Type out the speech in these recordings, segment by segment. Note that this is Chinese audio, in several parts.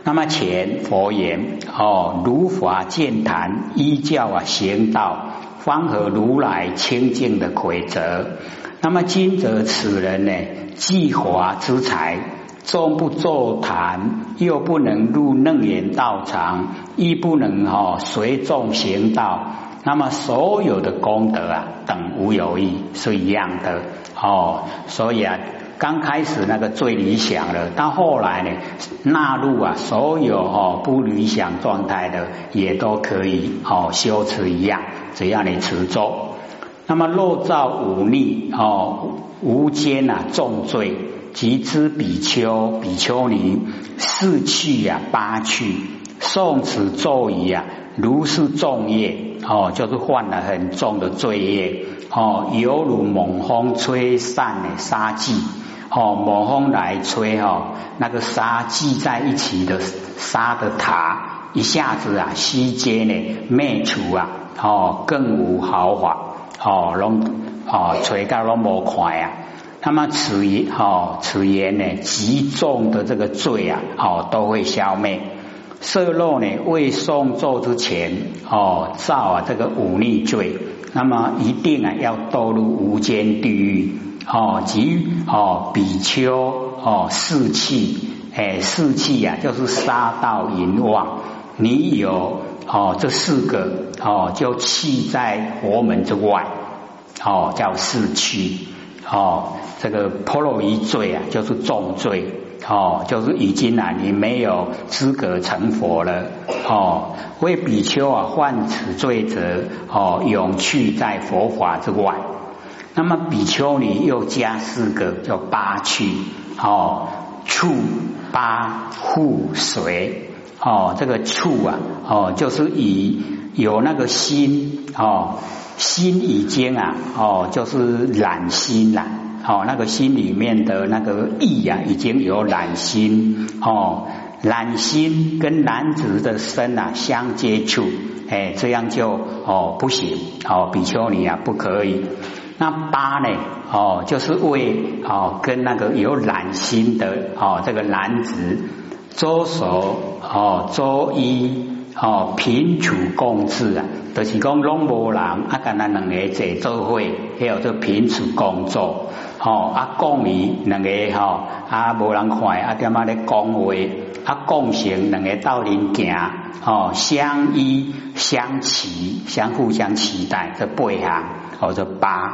那么前佛言如法健谈，依教行道，方合如来清净的规则。那么今则此人呢，既华之才，终不坐谈，又不能入楞严道场，亦不能随众行道。那么所有的功德等无有异，是一样的所以刚开始那个最理想了，到后来呢，纳入所有不理想状态的也都可以修持一样，只要你持咒。那么若造忤逆无间重罪，即知比丘比丘尼四趣八趣，诵此咒语如是重业就是犯了很重的罪业犹如猛风吹散的沙剂猛风来吹那个沙积在一起的沙的塔，一下子悉皆呢灭除更无毫发吹到都无看那么此言呢极重的这个罪都会消灭。色若呢未诵咒之前造这个忤逆罪，那么一定要堕入无间地狱即比丘四气四气就是杀盗淫妄，你有这四个就弃在佛门之外叫四气这个婆罗夷罪就是重罪就是已经你没有资格成佛了为比丘犯此罪者永去在佛法之外。那么比丘尼又加四个叫八趣处八护随这个处就是以有那个心心已经就是染心了那个心里面的那个意已经有染心染心跟男子的身相接触这样就不行比丘尼不可以。那八呢就是为跟那个有染心的这个男子周手周衣平处共治就是讲拢无人跟咱两个坐做伙，还有这平处共做讲伊两个无人看点咧讲话共成两个斗阵行相依相期，相互相期待，这八项这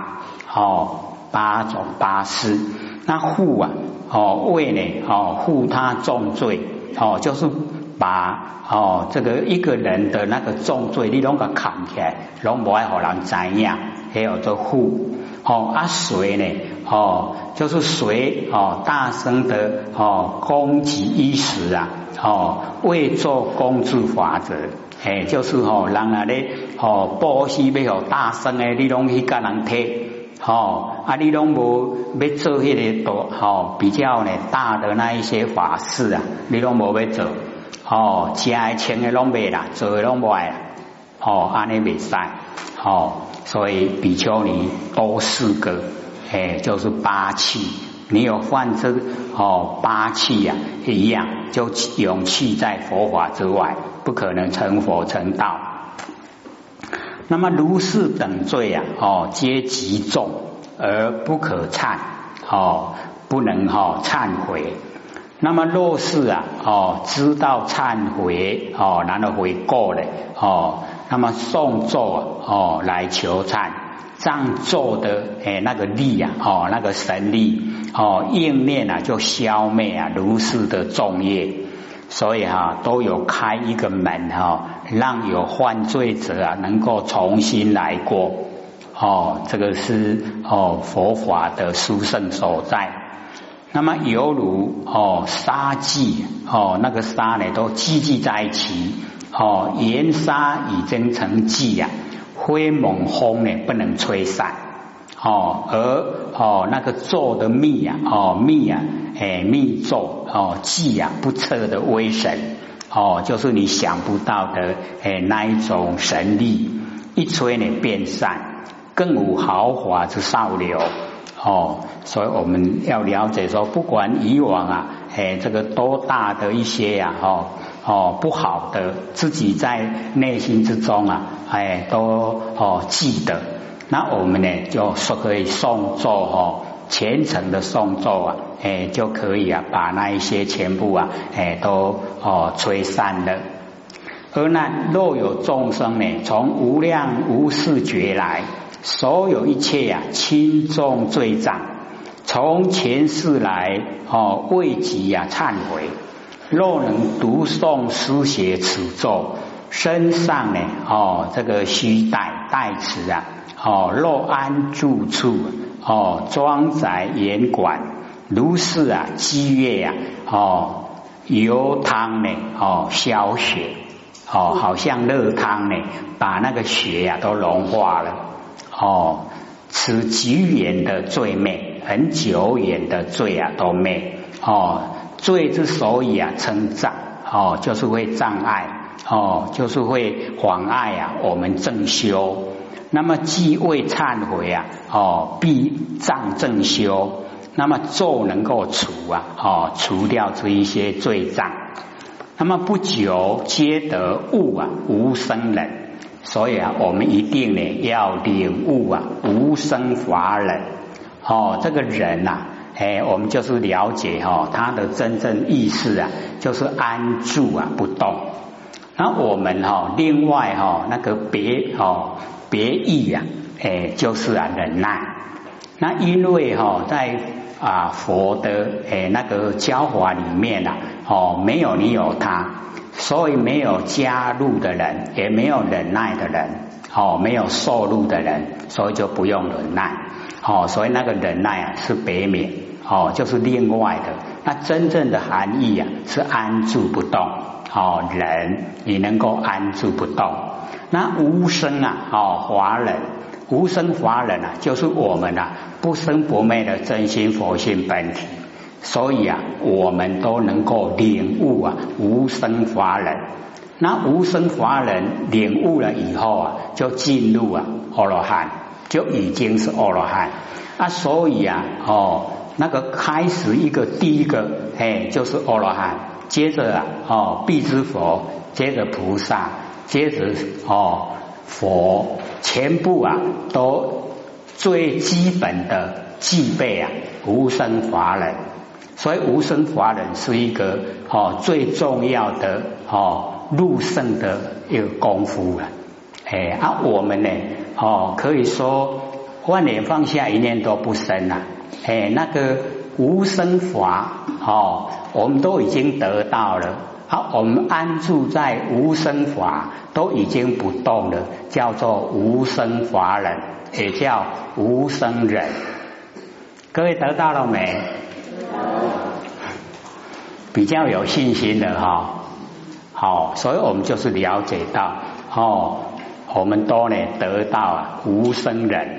八种八事。那护为呢护他重罪就是把这个一个人的那个重罪你拢给砍起来，拢不爱让人知影，还有这护随呢就是随大声的攻击衣食为做攻治法则就是人咧报喜要大声的你拢去跟人踢你拢无要做迄个比较呢大的那一些法事你拢无要做吃的穿的拢袂啦，做的拢袂啦安尼袂使所以比丘尼多四个就是八气，你有犯这八气一样就永弃在佛法之外，不可能成佛成道。那么如是等罪皆极重而不可忏不能忏悔。那么若是知道忏悔然后悔过了那么诵咒来求忏，藏咒的那个力那个神力应念就消灭如是的重业。所以都有开一个门让有犯罪者能够重新来过这个是佛法的殊胜所在。那么犹如沙剂那个沙呢都积聚在一起盐沙已经成剂灰猛风呢不能吹散而那个咒的密密咒寂不测的威神就是你想不到的那一种神力，一吹呢变散，更无豪华之少流所以我们要了解说，不管以往这个多大的一些呀不好的，自己在内心之中啊都记得。那我们呢就说可以诵咒虔诚的诵咒啊，就可以啊把那一些全部啊都吹散了。而那若有众生呢，从无量无世劫来，所有一切啊轻重罪障，从前世来未及啊忏悔，若能读诵书写此咒，身上呢这个须带持啊若安住处庄宅严管，如是啊积月啊油汤呢消雪好像热汤呢把那个雪啊都融化了此极远的罪灭，很久远的罪啊都灭罪之所以啊称障就是会障碍就是会妨碍啊我们正修。那么既未忏悔啊必障正修，那么咒能够除掉这一些罪障。那么不久皆得悟啊无生忍，所以啊我们一定呢要领悟啊无生法忍这个忍啊我们就是了解它的真正意思啊，就是安住啊不动。那我们另外那个别意啊就是忍耐。那因为在佛的那个教法里面没有你有他，所以没有加入的人，也没有忍耐的人没有受入的人，所以就不用忍耐所以那个忍耐啊是别名就是另外的。那真正的含义啊是安住不动忍你能够安住不动。那无生法忍，无生法忍就是我们不生不灭的真心佛性本体，所以我们都能够领悟无生法忍。那无生法忍领悟了以后就进入阿罗汉，就已经是阿罗汉所以那个开始第一个就是阿罗汉，接着辟支佛，接着菩萨，接着佛，全部都最基本的具备无生法忍。所以无生法忍是一个最重要的入圣的一个功夫我们呢可以说万念放下，一念都不生那个无生法我们都已经得到了我们安住在无生法都已经不动了，叫做无生法忍，也叫无生忍。各位得到了没？比较有信心的所以我们就是了解到我们都呢得到无生忍。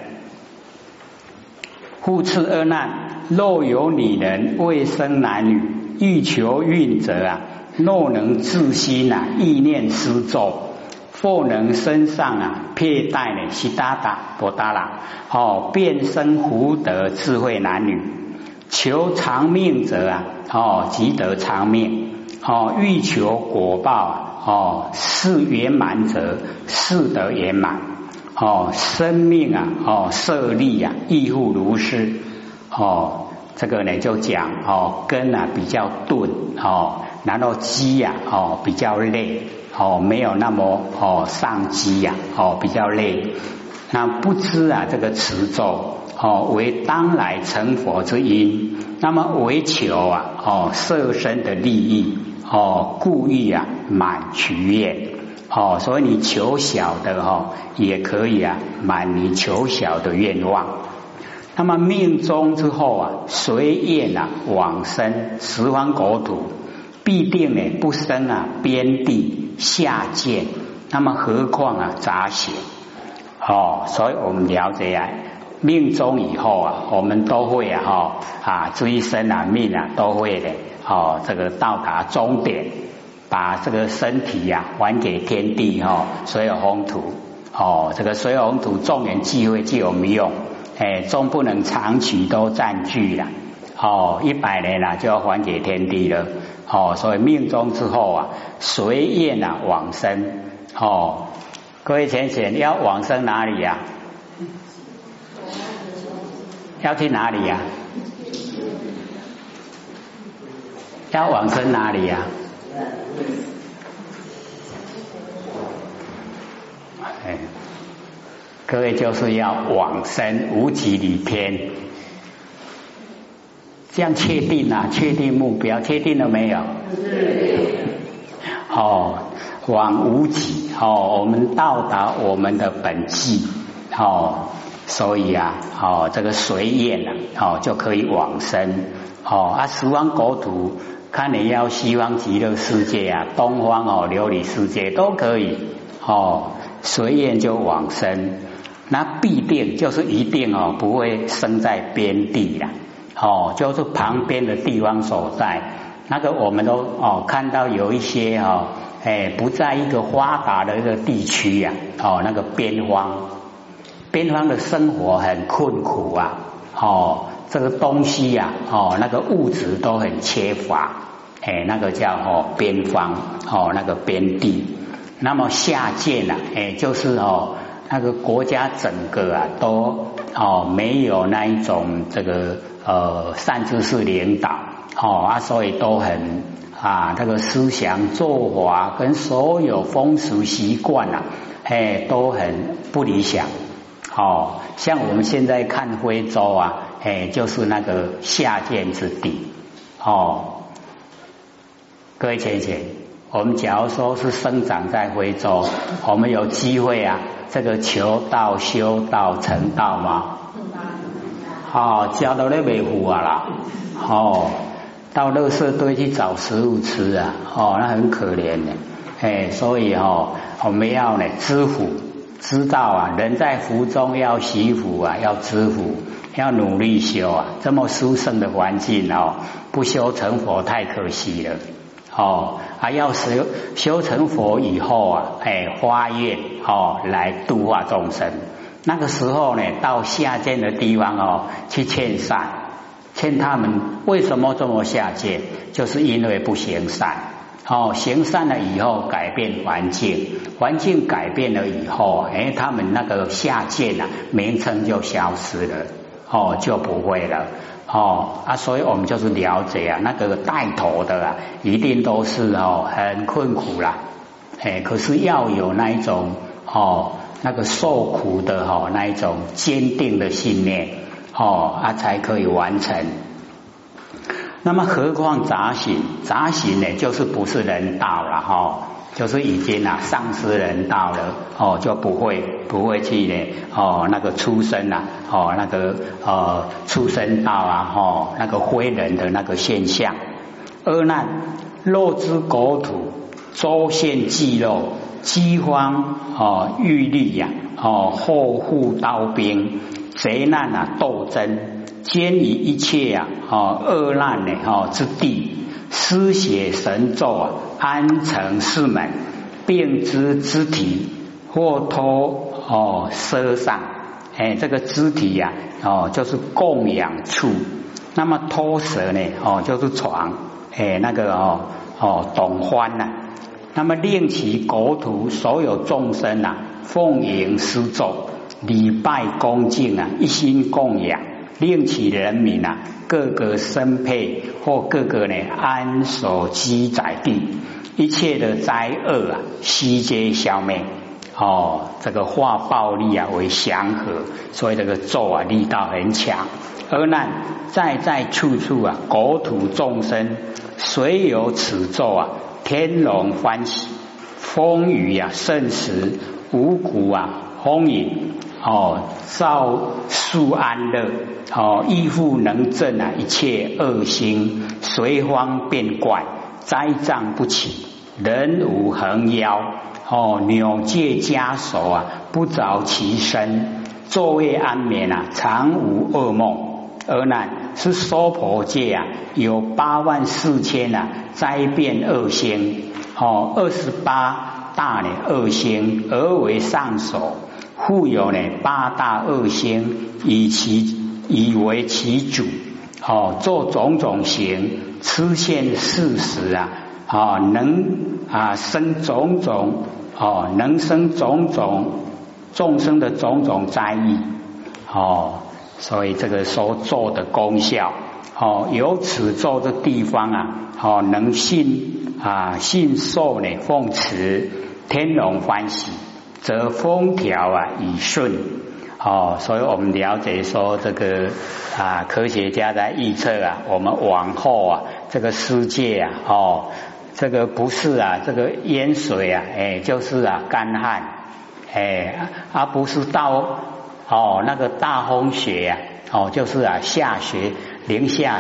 复次二难，若有女人未生男女，欲求孕者若能自心意念施咒，或能身上佩戴悉达达波达拉便生福德智慧男女。求长命者即得长命欲求果报事圆满者事得圆满生命舍利亦复如是这个呢就讲根比较钝然后机比较累没有那么上机比较累。那不知这个持咒为当来成佛之因，那么为求色身的利益故意满取愿所以你求小的也可以满你求小的愿望。那么命中之后随愿往生十方国土，必定呢不生边地下贱，那么何况杂血所以我们了解命中以后我们都会这一生命都会的这个到达终点，把这个身体还给天地所有宏图这个所有宏图众缘际会就有没用终不能长期都占据了 100年啊就要还给天地了。所以命终之后啊，随愿啊往生。各位浅显，要往生哪里呀？要去哪里呀？要往生哪里呀？各位就是要往生无极里天，这样确定啊？确定目标？确定了没有？往无极，我们到达我们的本际，所以啊，这个随愿啊，就可以往生。十方国土，看你要西方极乐世界啊，东方琉璃世界都可以。随愿就往生，那必定就是一定不会生在边地啦。就是旁边的地方所在。那个我们都看到有一些不在一个发达的一个地区啊，那个边方的生活很困苦啊，这个东西啊，那个物质都很缺乏，那个叫边方，那个边地。那么下贱啊，就是那个国家整个啊都没有那一种这个善知识领导。所以都很这个思想做法跟所有风俗习惯啊，都很不理想。像我们现在看非洲啊，就是那个下贱之地。各位浅显，我们假如说是生长在非洲，我们有机会啊，这个求道、修道、成道吗？教到那没福啊啦。到垃圾堆去找食物吃啊，那很可怜的。所以我们要呢知福，知道啊，人在福中要惜福啊，要知福，要努力修啊。这么殊胜的环境不修成佛太可惜了。要修成佛以后啊，发愿来度化众生。那个时候呢，到下贱的地方去劝善。劝他们为什么这么下贱，就是因为不行善。行善了以后改变环境，环境改变了以后，他们那个下贱啊名称就消失了，就不会了。所以我们就是了解啊，那个带头的啊，一定都是很困苦啦。可是要有那一种那个受苦的那一种坚定的信念。才可以完成。那么何况杂行呢，就是不是人道了就是已经丧失人道了就不会去呢那个出生那个畜生道啊那个非人的那个现象。二难，肉之国土，周现祭肉，饥荒欲利呀后户刀兵。贼难斗争，兼以一切恶难之地，施血神咒安成寺门，并之肢体或托奢上。这个肢体就是供养处。那么托舍呢就是床，那个董欢呐。那么令其国土所有众生奉迎施咒。礼拜恭敬一心供养，令其人民各个生配或各个安守积载地，一切的灾厄悉皆消灭。这个化暴力为祥和，所以这个咒力道很强。而难在处处国土众生虽有此咒天龙欢喜，风雨盛时，五谷丰盈。造树安乐依附能镇一切恶心，随方变怪，灾障不起，人无横腰扭戒枷锁不着其身，昼夜安眠常无噩梦。而难是娑婆界有84000灾变恶星，28大恶星而为上首。复有8大恶星以为其主做种种行，吃现事实能生种种能生种种众生的种种灾异所以这个说咒的功效由此咒的地方能信受呢奉持，天龙欢喜，则风调以顺所以我们了解说这个科学家在预测我们往后这个世界这个不是这个淹水就是干旱而不是到那个大风雪就是下雪零下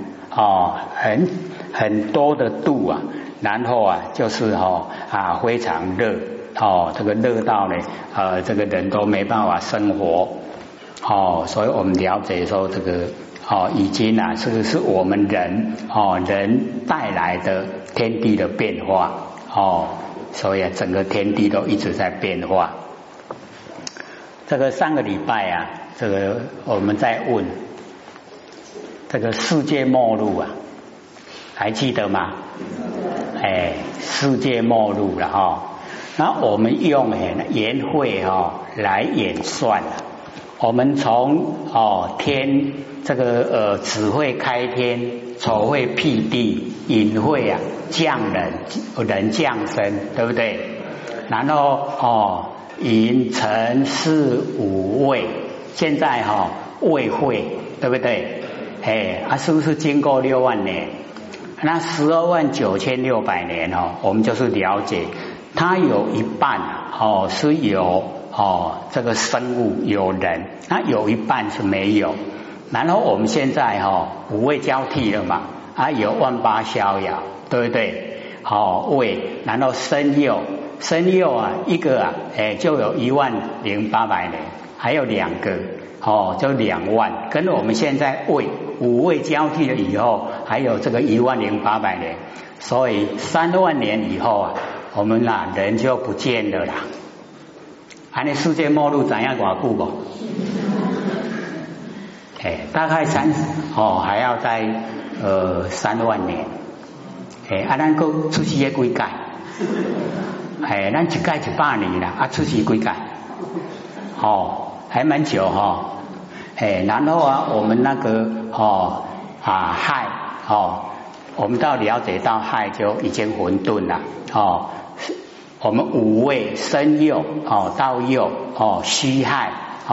很多的度然后就是非常热这个热到呢这个人都没办法生活所以我们了解说这个已经这个是我们人带来的天地的变化所以整个天地都一直在变化。这个上个礼拜这个我们在问这个世界末日还记得吗？世界末日了那我们用言会来演算我们从天这个子会开天，丑会辟地，寅会降人降生，对不对？然后寅辰巳午未，现在未会，对不对？是不是经过6万年？那129600年我们就是了解它有一半是有这个生物有人，那有一半是没有。然后我们现在五位交替了嘛有万八逍遥，对不对？未，然后生幼一个就有10800年，还有2个就2万，跟我们现在五位交替了以后还有这个10800年，所以3万年以后我们人就不见了啦。那世界末日怎样多久不？大概还要在3万年。咱够出世几届？咱一届100年啦，出世几届？还蛮久然后我们那个亥我们到了解到亥就已经混沌了我们五位生幼到幼戌亥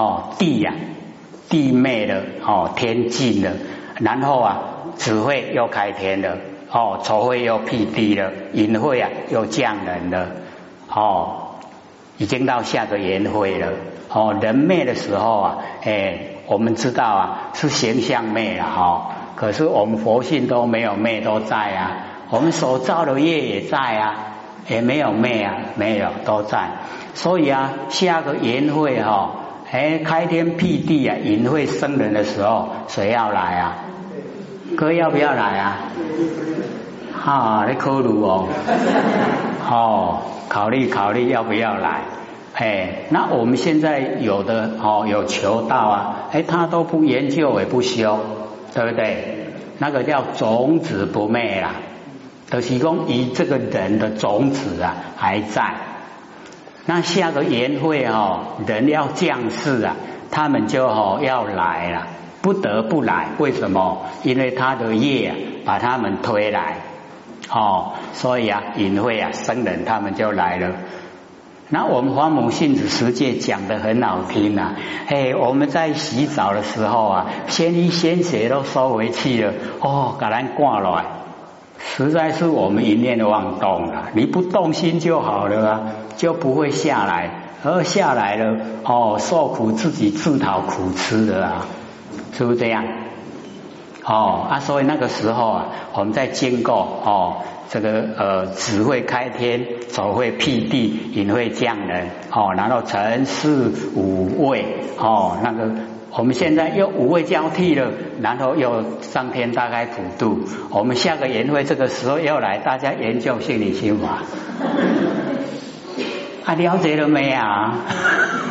地灭了天尽了，然后子会又开天了丑会又辟地了，寅会又降人了已经到下个元会了人灭的时候我们知道是形象灭了可是我们佛性都没有灭，都在我们所造的业也在也没有灭没有都在。所以下个元会开天辟地寅会生人的时候，谁要来哥要不要来你考虑考虑要不要来那我们现在有的有求道他都不研究也不修，对不对？那个叫种子不灭啦，就是说以这个人的种子还在。那下个元会人要降世他们就要来了，不得不来。为什么？因为他的业把他们推来所以寅会生人他们就来了。那我们法母性子十戒讲得很好听我们在洗澡的时候仙衣仙鞋都收回去了给咱挂来，实在是我们一念妄动了。你不动心就好了就不会下来，而下来了受苦自己自讨苦吃的是不是这样所以那个时候我们在经过这个子会开天，丑会辟地，寅会降人然后辰巳午未那个我们现在又五位交替了，然后又上天大概普度，我们下个元会这个时候又来大家研究心理心法了解了没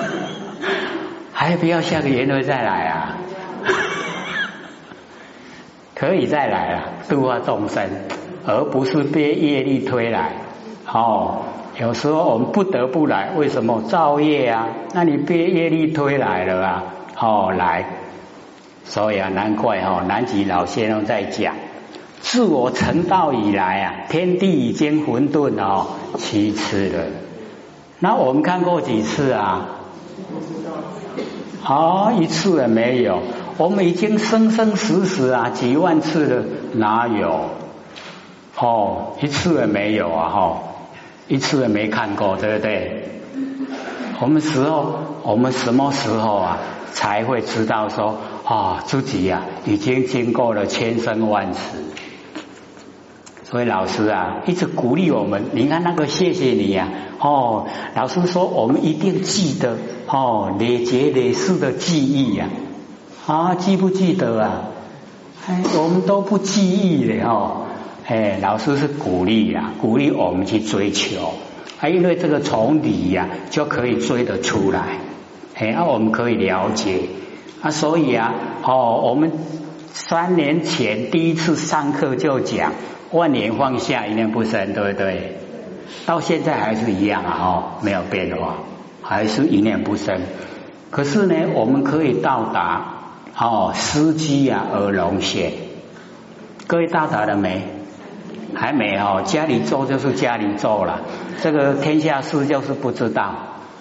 还不要下个元会再来可以再来了，度化众生，而不是被业力推来。有时候我们不得不来，为什么？造业啊，那你被业力推来了啊，来，所以啊，难怪南极老先生在讲，自我成道以来啊，天地已经混沌7次了。那我们看过几次啊？1次也没有。我们已经生生死死啊几万次了，哪有？1次也没有啊！1次也没看过，对不对？我们什么时候啊才会知道说自己啊已经经过了千生万死？所以老师啊一直鼓励我们，你看那个谢谢你啊老师说我们一定记得累劫累世的记忆呀记不记得啊？我们都不记忆了老师是鼓励我们去追求因为这个从理就可以追得出来我们可以了解所以我们3年前第一次上课就讲万年放下一念不生，对不对？到现在还是一样没有变化，还是一念不生。可是呢我们可以到达司机而龙现，各位到达了没？还没家里做就是家里做了，这个天下事就是不知道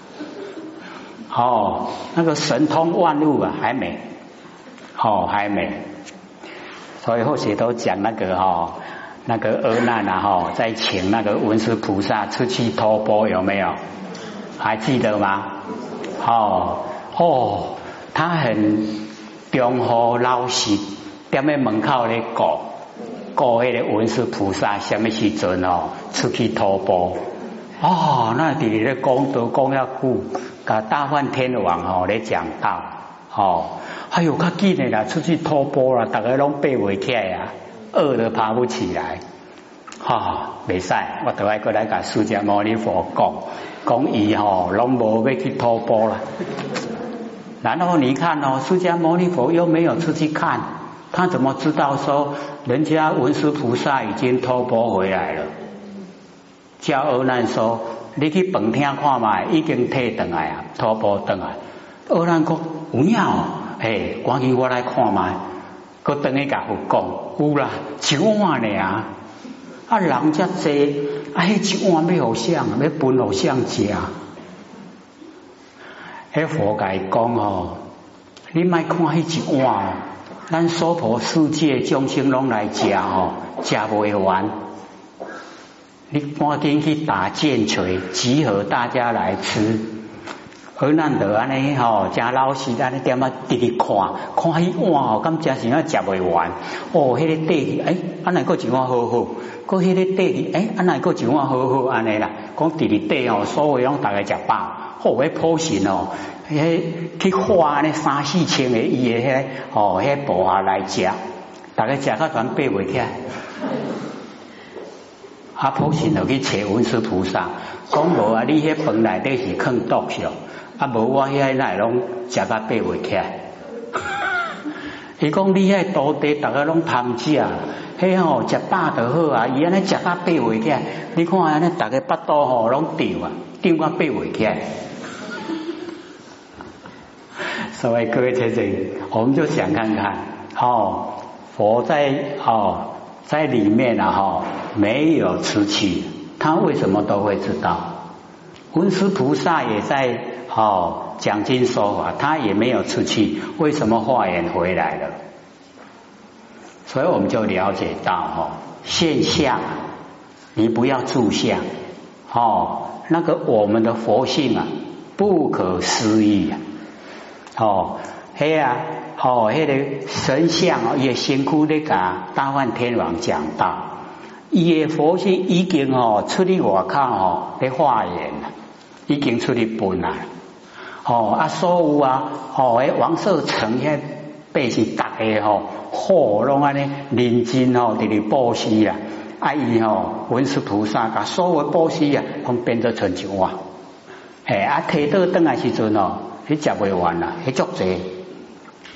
那个神通万物还没还没。所以后学都讲那个阿难在请那个文殊菩萨出去托钵，有没有？还记得吗？他很忠厚老实，踮在门口咧顾那个文殊菩萨什么时阵出去托钵那伫咧讲道讲遐久，甲大梵天王咧讲道哎呦较紧的啦，出去托钵啦，大家拢爬袂起来饿得爬不起来袂使，我都要过来甲释迦牟尼佛讲伊拢无要去托钵啦。然后你看释迦牟尼佛又没有出去看，他怎么知道说人家文殊菩萨已经托钵回来了？叫阿难说你去饭厅看嘛，已经退回来托钵回来。阿难讲有影赶紧我来看嘛，佮回去甲佛讲有啦，一碗尔人遮济迄一碗要互谁？要分互谁食？佛甲伊讲你莫看迄一碗咱娑婆世界众生拢来食食袂完，你赶紧去打剑锤，集合大家来吃。而咱就安尼真老实安尼点直直看迄碗敢真是食袂完迄个底安尼个一碗好好，个迄个底安尼个一碗好好安尼啦，讲直直底所有拢大家食饱，迄普信去花安尼3、4千个伊的迄部下来食，大家食到全爬袂起来。普信就去找文殊菩萨，讲无你迄饭内底是藏毒药。无我遐内拢食甲爬袂起来。伊讲你遐土地大家拢贪食，迄食饱就好伊安尼食甲爬袂起来。你看安尼大家腹肚拢胀甲爬袂起来。所以各位先生，我们就想看看佛在里面没有吃气，他为什么都会知道？文殊菩萨也在讲经说法，他也没有出去，为什么化缘回来了？所以我们就了解到现象你不要住相那个我们的佛性不可思议迄个神像也辛苦咧甲大梵天王讲道，伊的佛性已经出去外口咧化缘了，已经出去分啦所有王舍城遐百姓大家拢安尼认真伫咧布施啦，伊文殊菩萨甲所有布施拢变做成一碗摕倒转来时阵迄食袂完啦，迄足济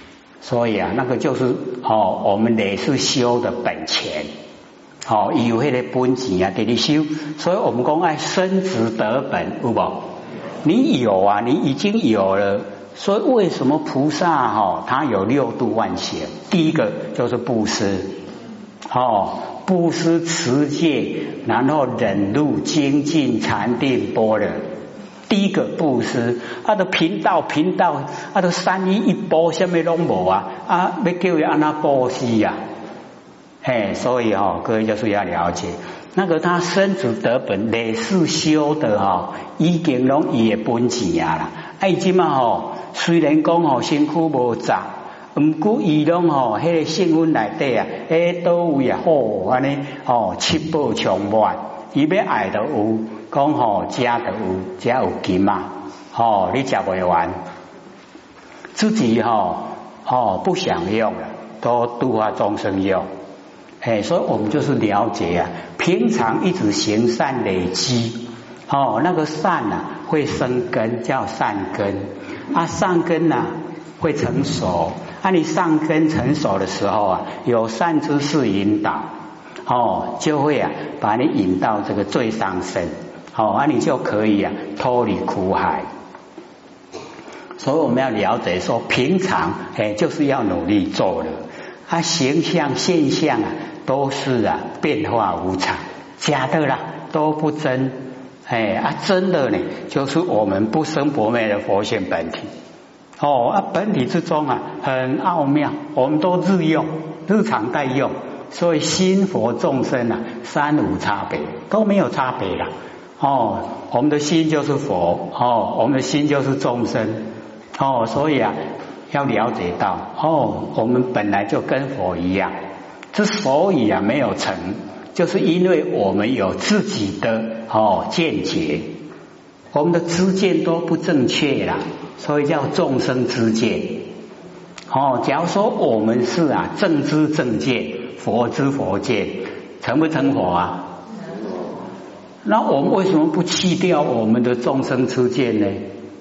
所以啊，那个就是我们累世修的本钱。有那个本钱啊，给你修，所以我们讲爱生值得本，有无？你有啊，你已经有了。所以为什么菩萨他有6度万行？第一个就是布施，布施持戒，然后忍辱精进禅定般若。第一个布施，都贫道，都3衣1钵，什么拢无啊！要叫伊安那布施啊？所以各位就是要了解，那个他生值得本累世修的已经拢伊的本钱啊啦。即嘛虽然讲身躯无杂，毋过伊拢迄个性运内底啊，倒位啊好安尼7宝充满，伊要爱就有，讲食就有，食有金啊，你食袂完，自己不想用了，都度化众生用。所以我们就是了解啊，平常一直行善累积，那个善会生根，叫善根善根会成熟你善根成熟的时候有善知识引导就会把你引到这个最上身你就可以脱离苦海。所以我们要了解说，平常就是要努力做的形象现象都是变化无常，假的啦都不真，真的呢就是我们不生不灭的佛性本体本体之中很奥妙，我们都日常在用，所以心佛众生三无差别，都没有差别啦我们的心就是佛我们的心就是众生所以要了解到我们本来就跟佛一样。之所以没有成，就是因为我们有自己的见解，我们的知见都不正确啦，所以叫众生知见假如说我们是正知正见，佛知佛见，成不成佛啊？那我们为什么不弃掉我们的众生知见呢？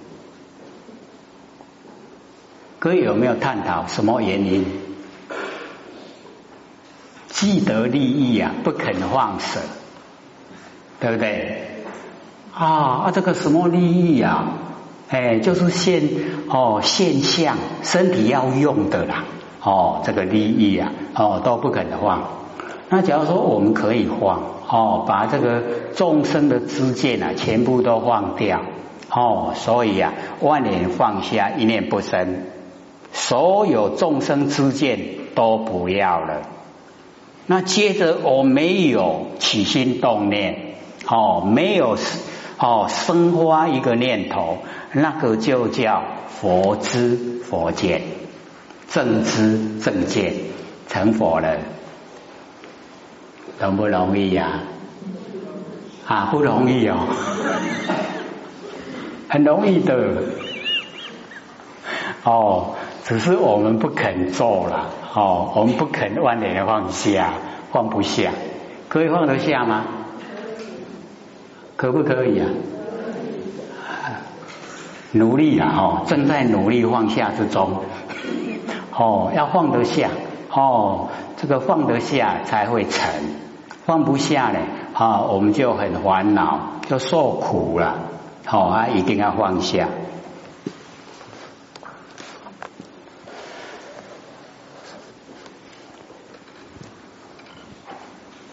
各位有没有探讨什么原因？既得利益不肯放舍，对不对这个什么利益就是现象，身体要用的啦这个利益都不肯放。那假如说我们可以放把这个众生的知见全部都放掉所以万念放下，一念不生，所有众生知见都不要了。那接着我没有起心动念没有生发一个念头，那个就叫佛知佛见，正知正见，成佛了。容不容易不容易很容易的只是我们不肯做了我们不肯万念放下，放不下。可以放得下吗？可不可以努力正在努力放下之中要放得下这个放得下才会成，放不下呢我们就很烦恼，就受苦了一定要放下。